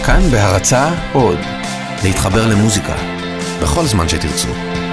כאן בהרצאה עוד, להתחבר למוזיקה, בכל זמן שתרצו.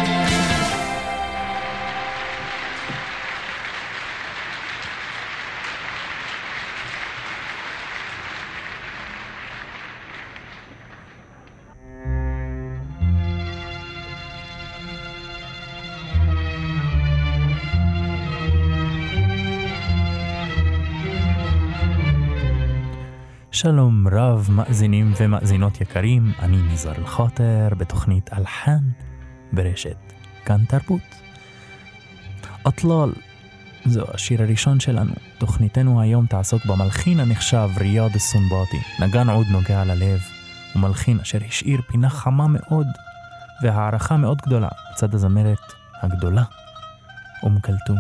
שלום רב מאזינים ומאזינות יקרים, אני ניזר אל-חאטר בתוכנית אלחן ברשת כאן תרבות. אטלאל, זו השיר הראשון שלנו. תוכניתנו היום תעסוק במלחין הנחשב ריאד אל-סנבאטי, נגן עוד נוגע ללב, ומלחין אשר השאיר פינה חמה מאוד והערכה מאוד גדולה בצד הזמרת הגדולה כלתום.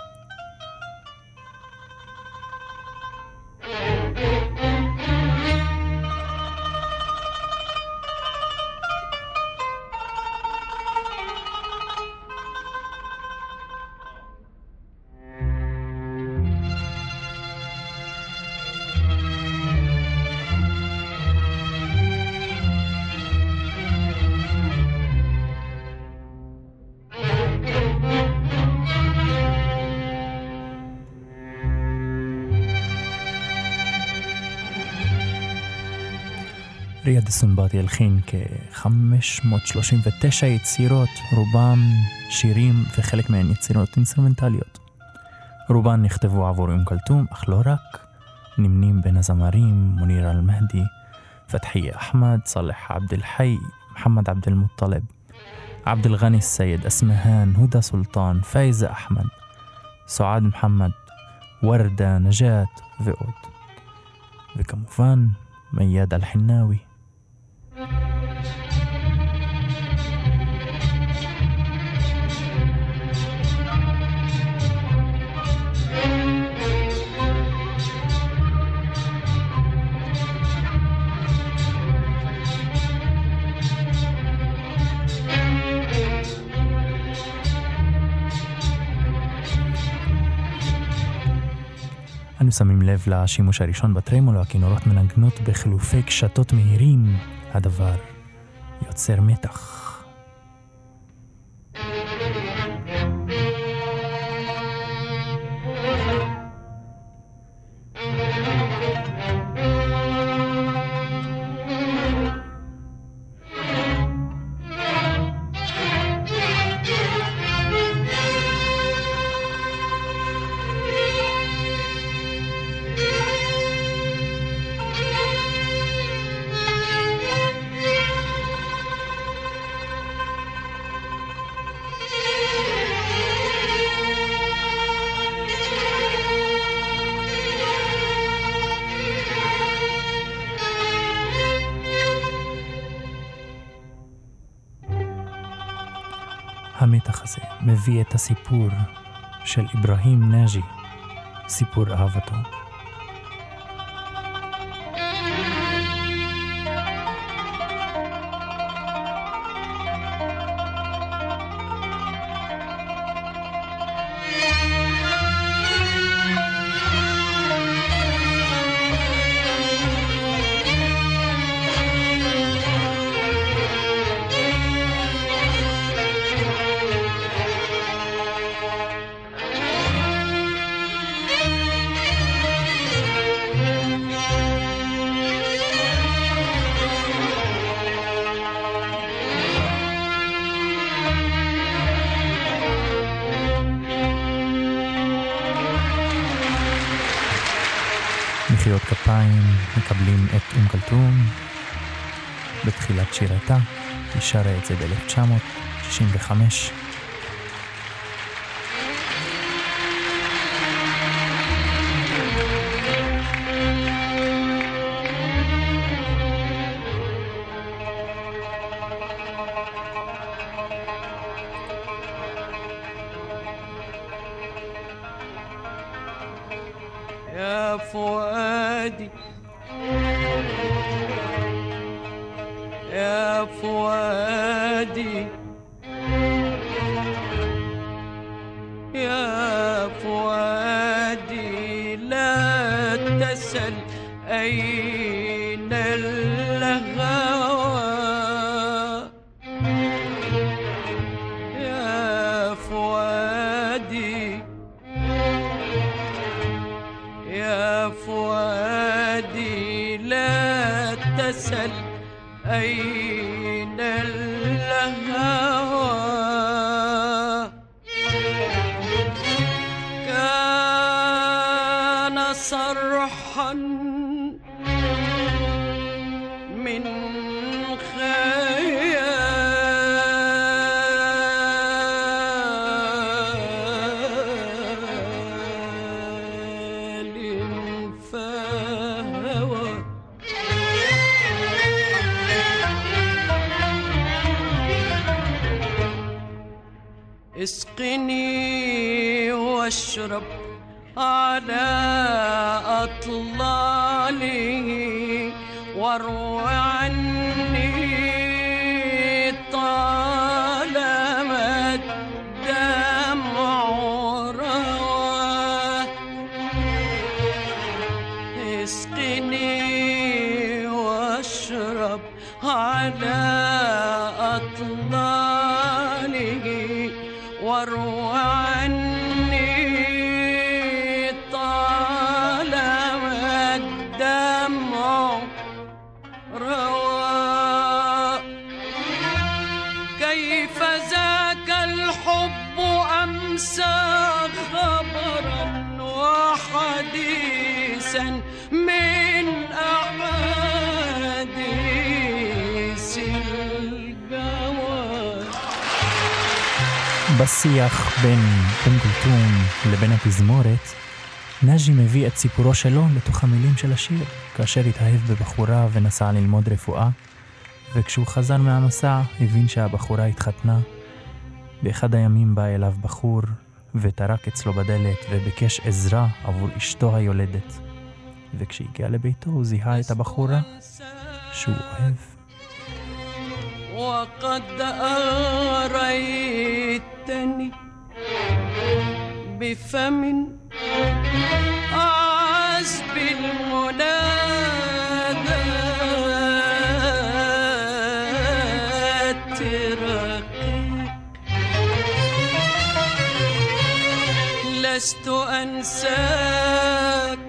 ריאד אל-סנבאטי הלחין כ-539 יצירות, רובם שירים וחלק מהן יצירות אינסטרומנטליות. רובן נכתבו עבור כלתום, אך לא רק. נמנים בין הזמרים מוניר אל-מהדי, פתחיה אחמד, סלח עבד אל-חי, מחמד עבד אל-מוטלב, עבד אל-גני السيد, אסמהאן, הודה סולטן, פאיזה אחמד, סועד מחמד, ורדה, נג'את ועוד. וכמובן מייד אל-חנאווי. אנו שמים לב לשימוש הראשון בטרמולו, הכינורות מנגנות בחילופי קשתות מהירים. הדבר יוצר מתח. המתח הזה מביא את הסיפור של איברהים נאג'י, סיפור אהבתו. מחיאות כפיים מקבלים את כלתום בתחילת שירתה. היא שרה את זה ב-1965. يا فؤادي يا فؤادي يا فؤادي لا تسل أين الله لا تسل أين الهوى كان صرحا من اسقني واشرب على أطلاله واروي عني طالما الدمع روى اسقني واشرب على أطلاله واروي عني طالما الدمع روى كيف ذاك الحب أمسى خبرا وحديثا من أحاديث الجواد. בשיח בין אום כולתום לבין התזמורת, נאג'י מביא את סיפורו שלו לתוך המילים של השיר, כאשר התאהב בבחורה ונסע ללמוד רפואה, וכשהוא חזר מהמסע הבין שהבחורה התחתנה. באחד הימים בא אליו בחור וטרק אצלו בדלת וביקש עזרה עבור אשתו היולדת, וכשהגיע לביתו הוא זיהה את הבחורה שהוא אוהב. وقد أغريتني بفم عذب المنادات رقيق لست أنساك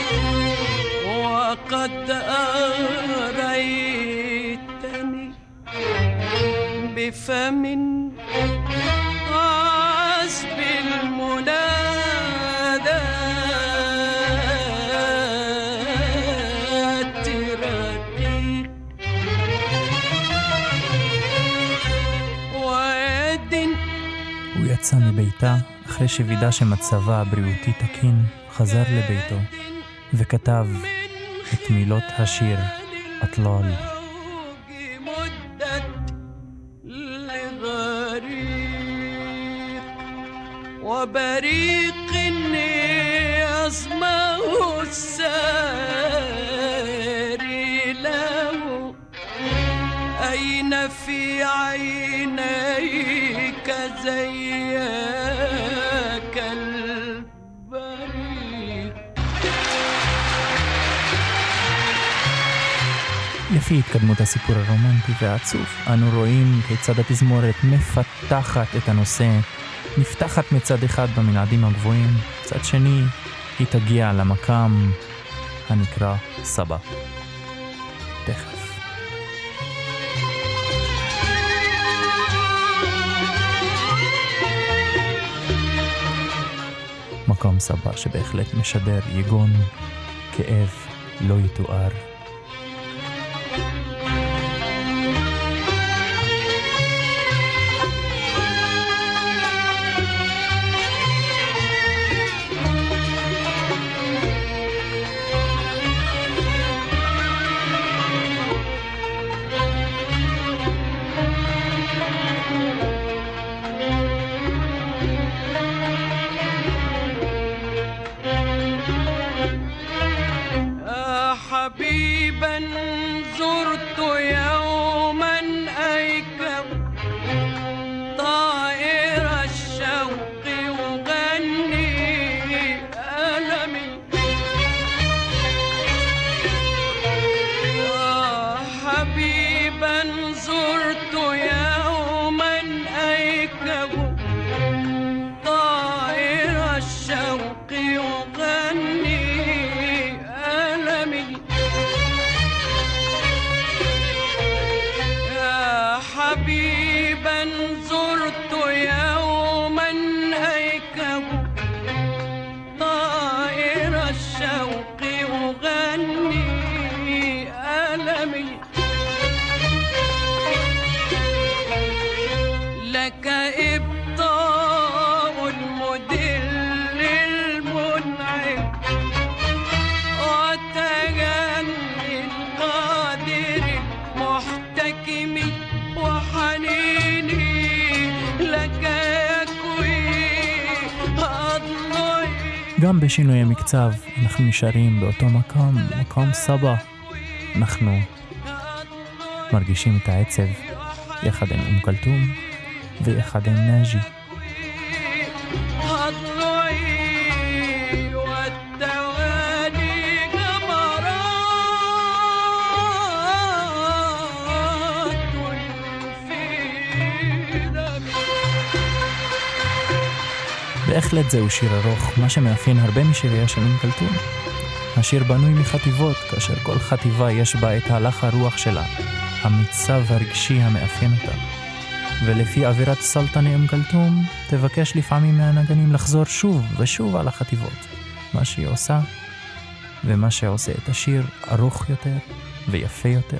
وقد أغريتني بفم عذب المنادات رقيق ويد. הוא יצא מביתה אחרי שווידא שמצבה הבריאותי תקין, חזר לביתו וכתב את מילות השיר אטלאל. وبريق يصمه الساري له أين في عينيك زيك البريق. לפי התקדמות הסיפור הרומנטי והעצוב, אנו רואים כיצד התזמורת מפתחת את הנושא, נפתחת מצד אחד במנעדים הגבוהים, מצד שני היא תגיע למקם הנקרא סבא. תכף. מקום סבא שבהחלט משדר יגון, כאב לא יתואר. حبيبا زرت يوما أيكم طائر الشوق يغني ألمي. حبيبا زرت يوما أيكم طائر الشوق يغني ألمي. גם בשינוי מקצב אנחנו נשארים באותו מקום, מקום סבא. אנחנו מרגישים את העצב יחד עם כלתום ויחד עם נאג'י. בהחלט זהו שיר ארוך, מה שמאפיין הרבה משיריה של כלתום. השיר בנוי מחטיבות, כאשר כל חטיבה יש בה את הלך הרוח שלה, המצב הרגשי המאפיין אותה. ולפי אווירת סלטנה כלתום, תבקש לפעמים מהנגנים לחזור שוב ושוב על החטיבות. מה שהיא עושה, ומה שעושה את השיר ארוך יותר ויפה יותר.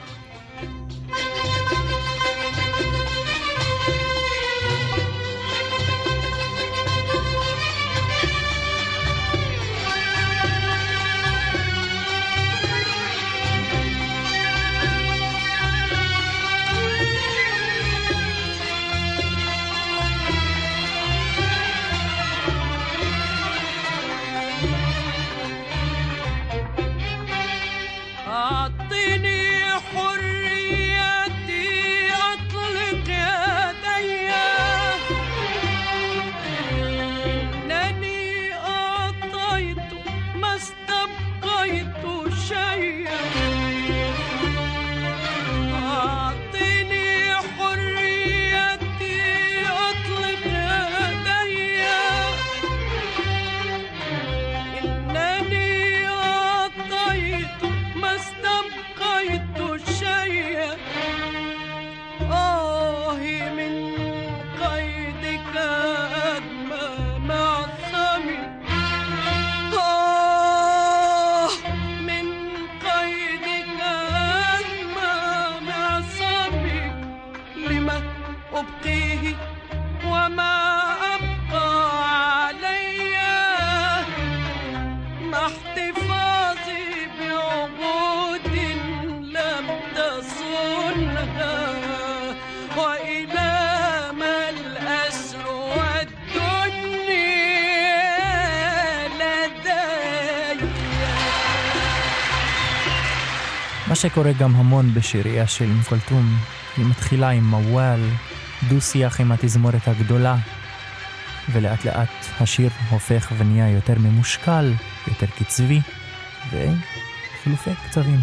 מה שקורה גם המון בשיריה של כלתום, היא מתחילה עם מוואל, דו שיח עם התזמורת הגדולה, ולאט לאט השיר הופך ונהיה יותר ממושקל, יותר קצבי, וחילופי קצבים.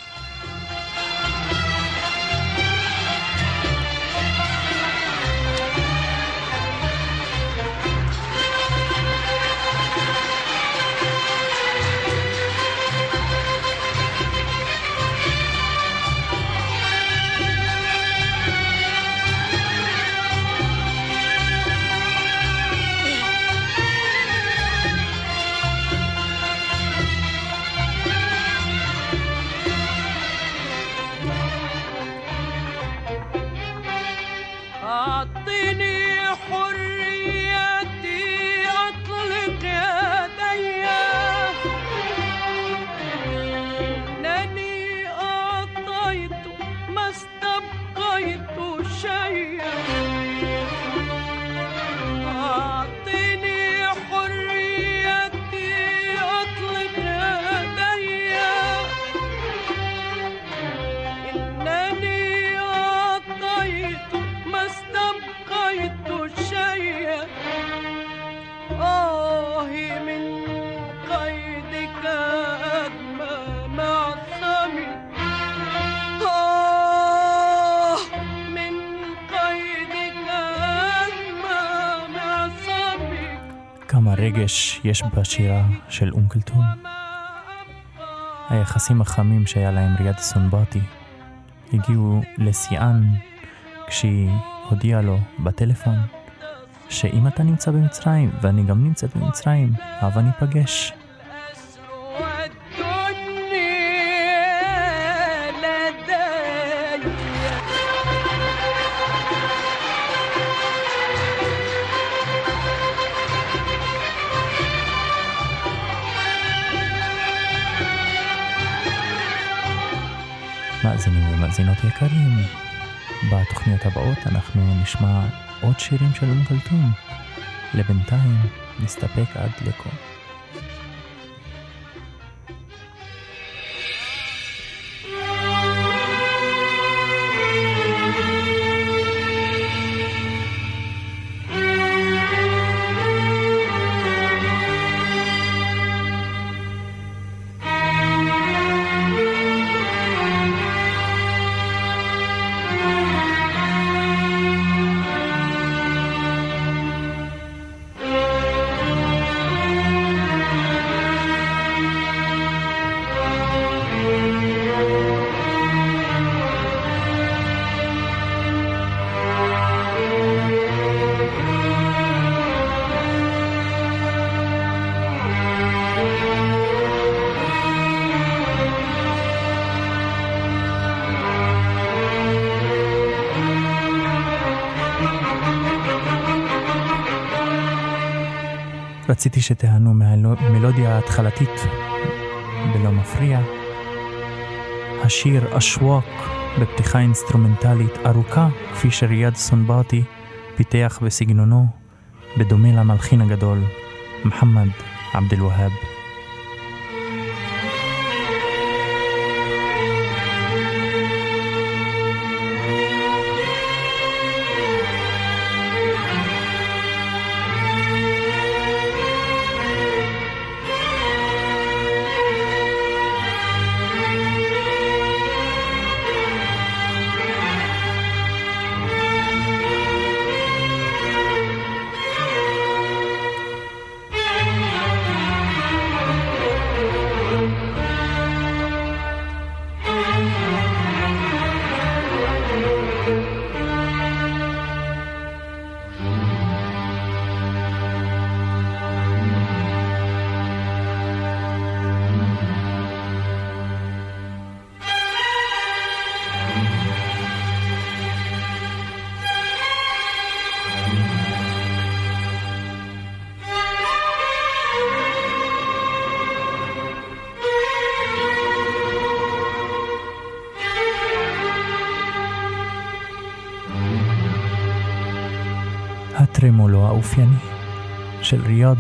כמה רגש יש בשירה של כלתום. היחסים החמים שהיה להם ריאד סונבאטי הגיעו לשיאן כשהיא הודיעה לו בטלפון שאם אתה נמצא במצרים ואני גם נמצאת במצרים, הבה ניפגש. מאזינים ומאזינות יקרים, בתוכניות הבאות אנחנו נשמע עוד שירים של כלתום. לבינתיים נסתפק עד לכה. רציתי שתהנו מהמלודיה ההתחלתית בלא מפריע. השיר אשווק בפתיחה אינסטרומנטלית ארוכה, כפי שריאד סונבאטי פיתח בסגנונו, בדומה למלחין הגדול מוחמד עבד אל-והאב. הטרמולו האופייני של ריאד.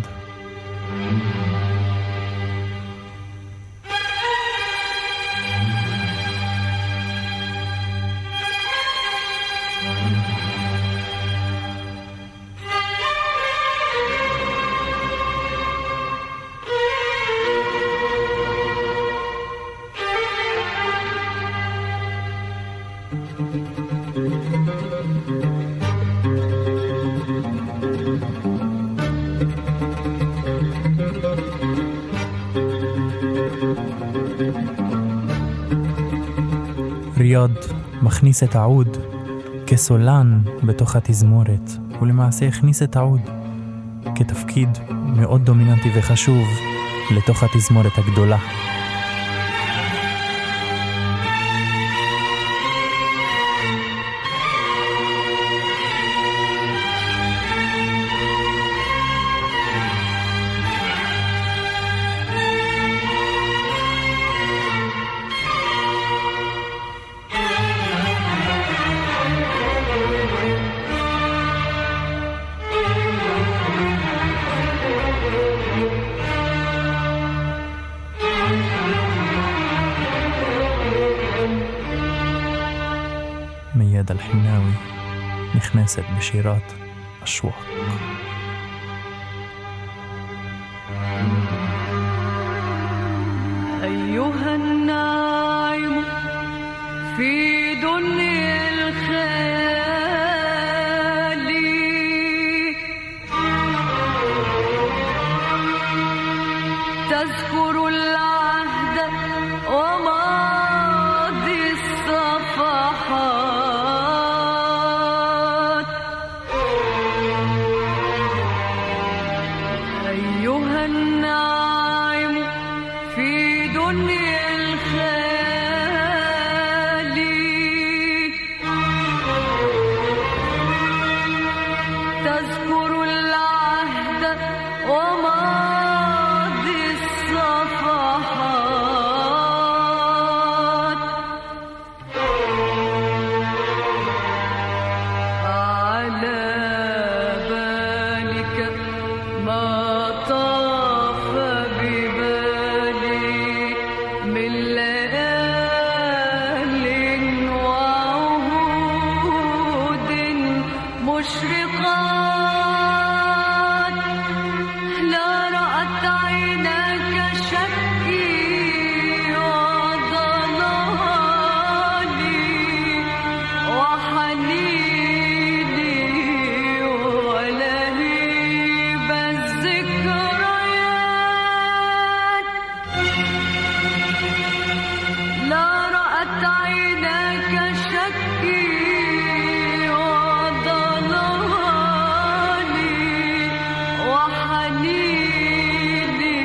ריאד מכניס את העוד כסולן בתוך התזמורת, ולמעשה הכניס את העוד כתפקיד מאוד דומיננטי וחשוב לתוך התזמורת הגדולה. מייד אל-חנאווי נכנסת בשירת אשווק. أيها الناعم في دنيا الخيال تذكر العهد وماضي الصفحات. أيها الناعم في دنيا الخيال تذكر العهد وماضي الصفحات. على بالك ما طاف ببالي من ليال وعهود مشرقات. لا رأت عيناك شكي وضلالي وحنيني ولهيب الذكريات. لا رأت عيناك شكي وضلالي وحنيني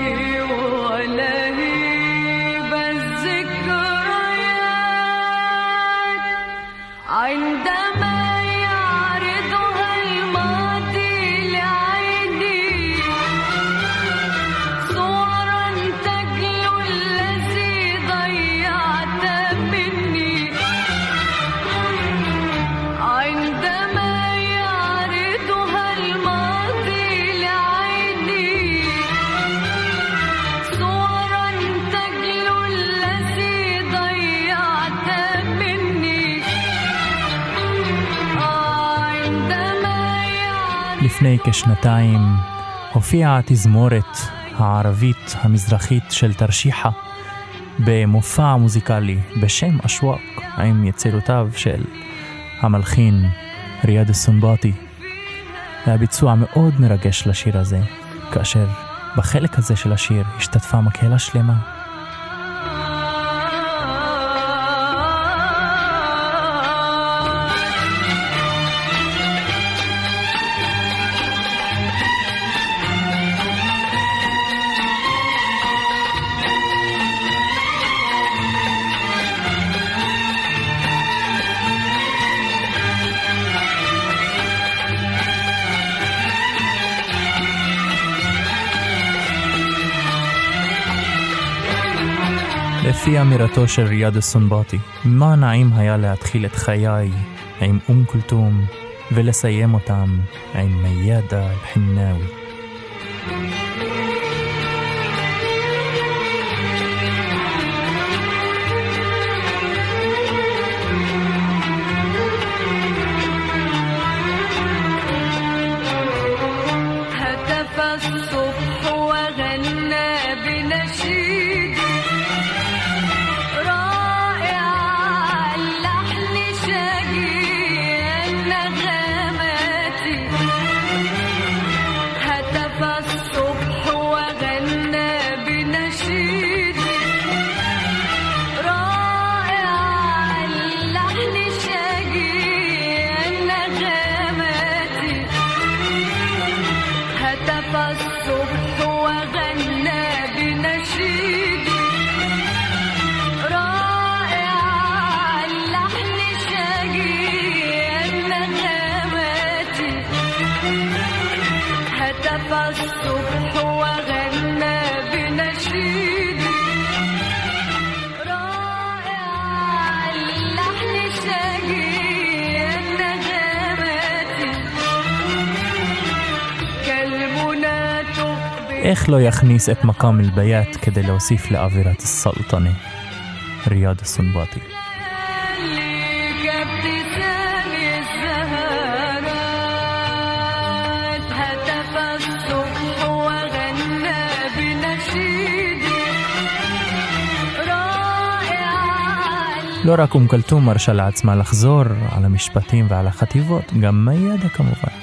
ولهيب الذكريات. عندما يعرضها الماضي لعيني לפני כשנתיים הופיעה תזמורת הערבית המזרחית של תרשיחה במופע מוזיקלי בשם אשואק עם יצירותיו של המלחין ריאד אל-סנבאטי. היה ביצוע מאוד מרגש לשיר הזה, כאשר בחלק הזה של השיר השתתפה מקהלה שלמה. לפי אמירתו של ריאד אל-סנבאטי, מה נעים היה להתחיל את חיי עם כולתום ולסיים אותם עם מיידה אל-חנאווי. איך לא יכניס את מקם אל-ביאת כדי להוסיף לאווירת הסלטנה? ריאד אל-סנבאטי. לא רק כולתום מרשה לעצמה לחזור על המשפטים ועל החטיבות, גם מיידה כמובן.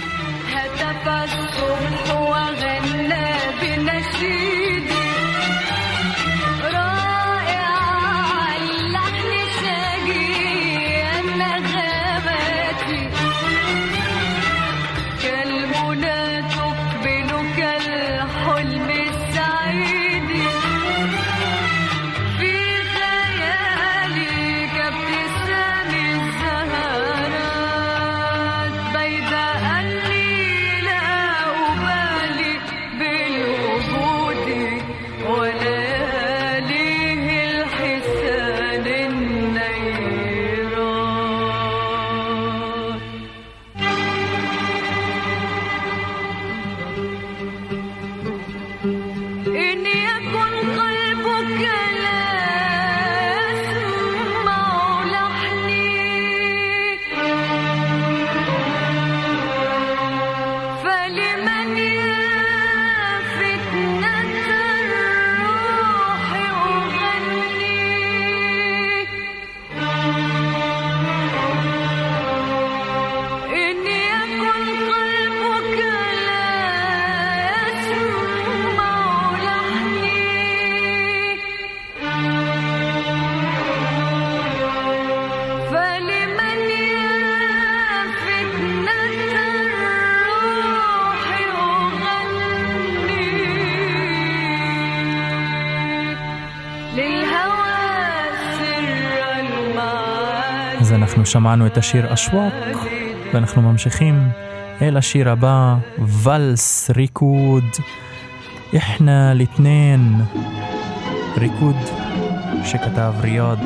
אז אנחנו שמענו את השיר אשואק, ואנחנו ממשיכים אל השיר הבא, ולס ריקוד, איחנה לתנין, ריקוד שכתב ריאד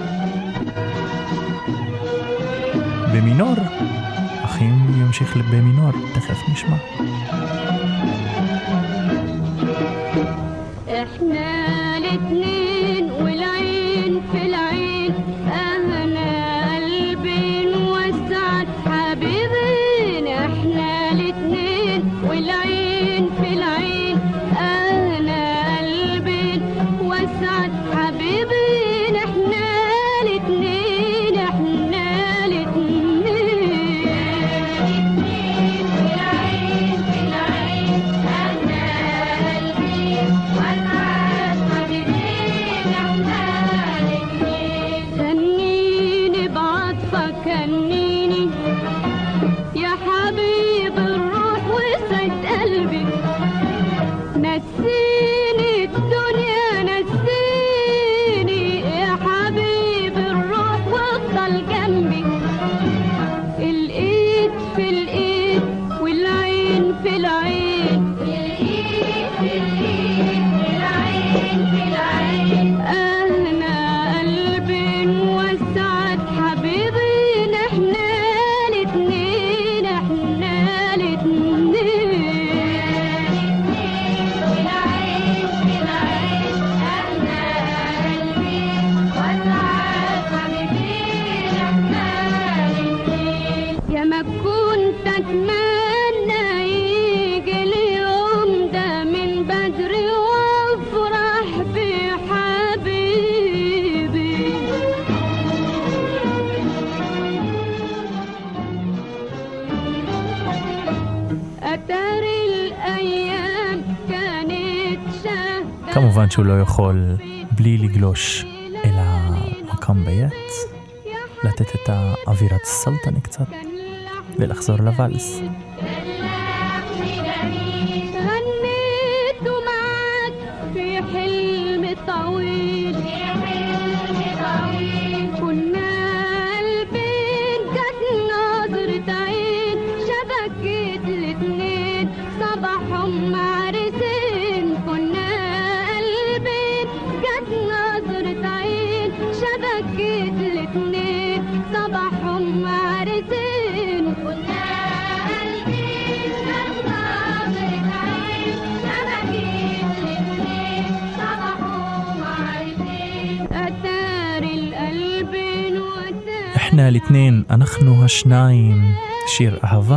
במינור, אך אם ימשיך במינור, תכף נשמע. احنا الاثنين والعين في العين اهنا قلبين وسعت حبيبين احنا الاثنين כמובן שהוא לא יכול בלי לגלוש אל המקם בית, לתת את האווירת הסלטני קצת ולחזור לוואלס. غنيت معك في حلم طويل كنا قلبين كانت نظرة عين شبكت الاتنين صباحهم عرسين كنا قلبين كانت نظرة عين شبكت الاتنين صباحهم عرسين كنا احنا الاثنين אנחנו השניים, שיר אהבה.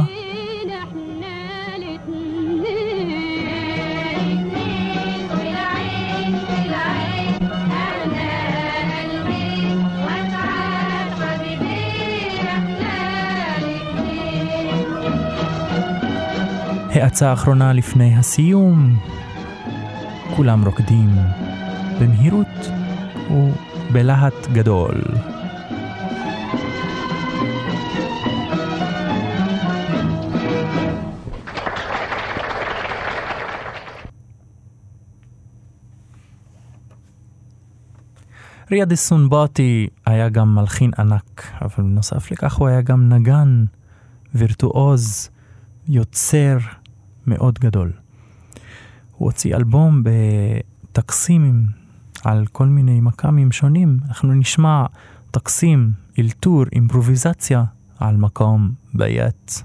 ההצעה האחרונה לפני הסיום, כולם רוקדים במהירות ובלהט גדול. ריאד אל-סנבאטי היה גם מלחין ענק, אבל בנוסף לכך הוא היה גם נגן, וירטואוז, יוצר מאוד גדול. הוא הוציא אלבום בתקסימים על כל מיני מקאמים שונים. אנחנו נשמע תקסים, אלתור, אימפרוביזציה על מקום בית.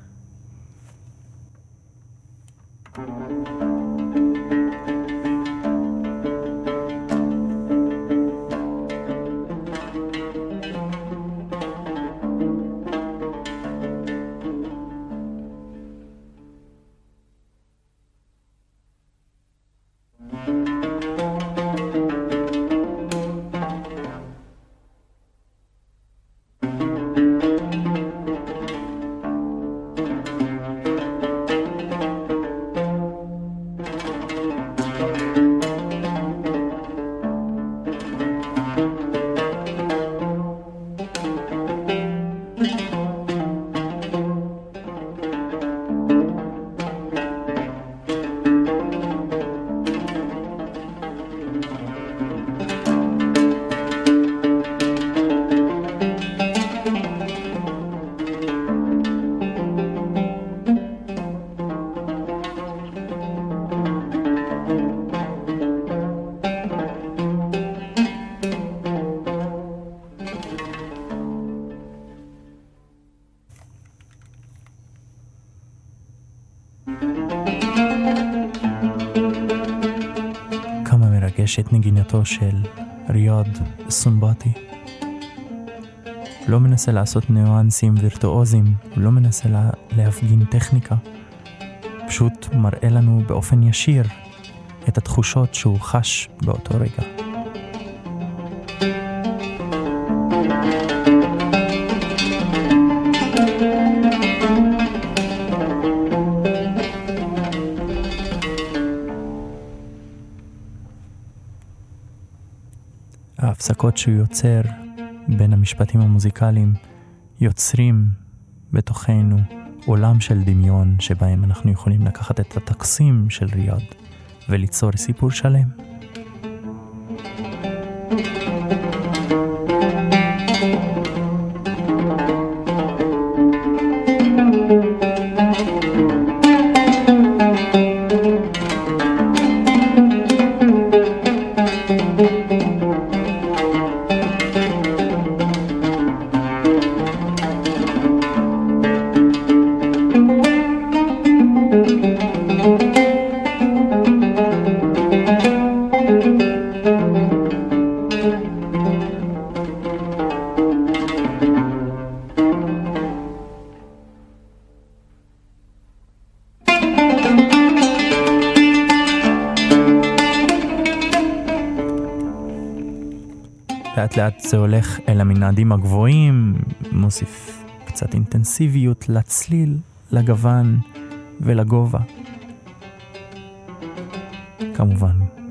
את נגינתו של ריאד אל-סנבאטי. לא מנסה לעשות ניואנסים וירטואוזים, לא מנסה להפגין טכניקה, פשוט מראה לנו באופן ישיר את התחושות שהוא חש באותו רגע. ההפסקות שהוא יוצר בין המשפטים המוזיקליים יוצרים בתוכנו עולם של דמיון שבהם אנחנו יכולים לקחת את הטקסים של ריאד וליצור סיפור שלם. לאט לאט זה הולך אל המנעדים הגבוהים, מוסיף קצת אינטנסיביות לצליל, לגוון ולגובה. כמובן,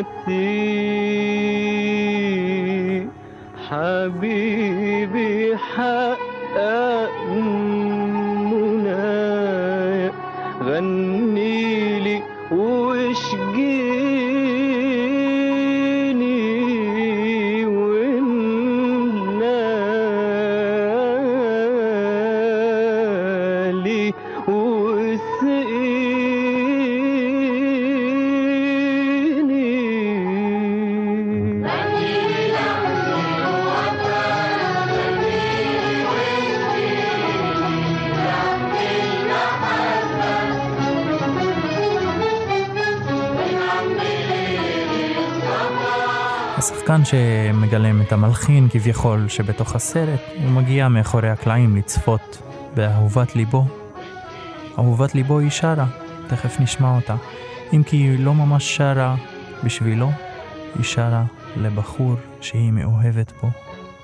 أمنياتي حبيبي حقق منايا غني لي واشجيني واملالي השחקן שמגלם את המלחין כביכול שבתוך הסרט, הוא מגיע מאחורי הקלעים לצפות באהובת ליבו. אהובת ליבו היא שרה, תכף נשמע אותה. אם כי היא לא ממש שרה בשבילו, היא שרה לבחור שהיא מאוהבת בו.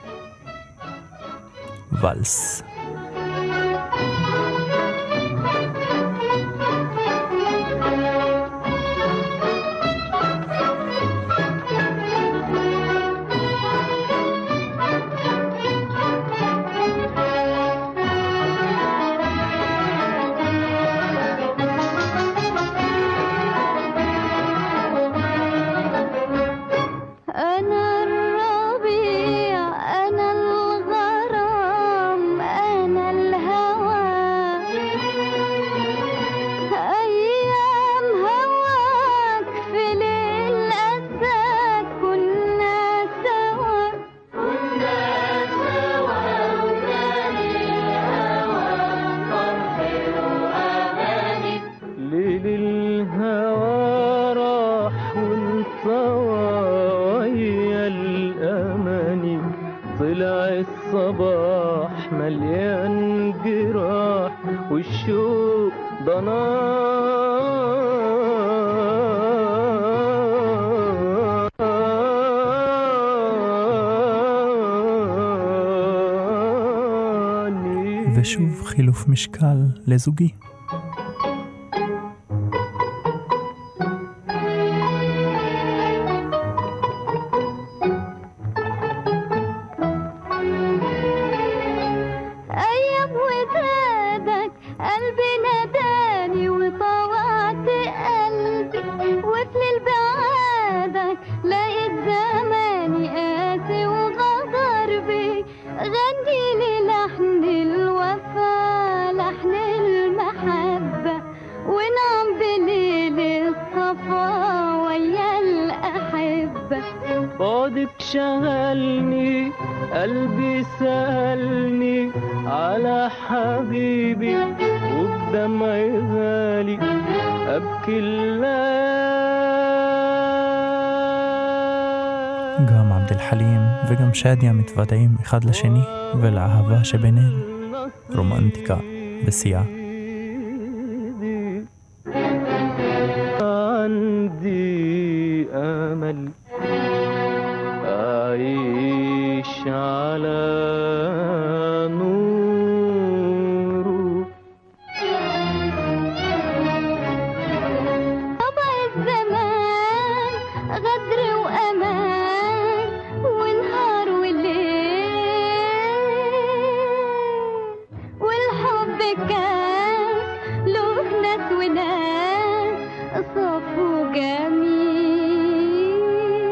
ולס. الصباح مليان جراح والشوق ضناني ושוב חילוף משקל לזוגי. بعدك شغلني قلبي سألني على حبيبي وبدمعي غالي أبكي الليل. גם עבד אל-חלים וגם שדיה מתוודעים אחד לשני ולאהבה שביניהם. רומנטיקה בשיאה. عندي أمل أعيش على نوره طبع الزمان غدر وأمان ونهار وليل والحب كان له ناس وناس صفو جميل.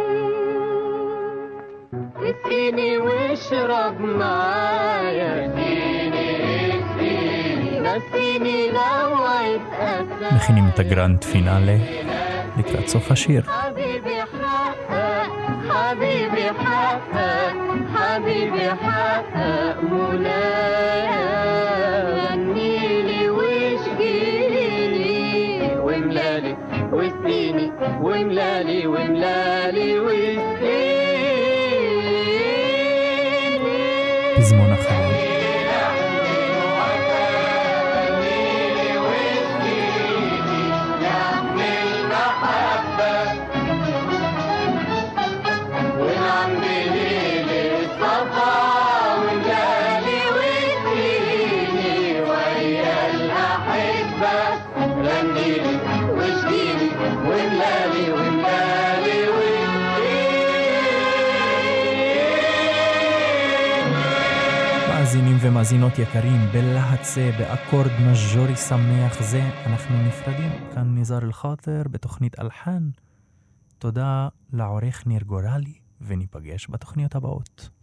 اسقيني واشرب معايا نسيني لو اتأثر מכינים את הגרנד פינאלה לקראת סוף השיר. حبيبي حقق حبيبي حقق حبيبي حقق منايا غنيلي واشجيلي واملالي واسقيني واملالي واملالي واسقيني. פזמון אחר. واملالي واملالي מאזינים ומאזינות יקרים, בלהט זה, באקורד מז'ורי שמח זה, אנחנו נפרדים. כאן ניזר אל-חאטר בתוכנית אלחן. תודה לעורך ניר גורלי, וניפגש בתוכניות הבאות.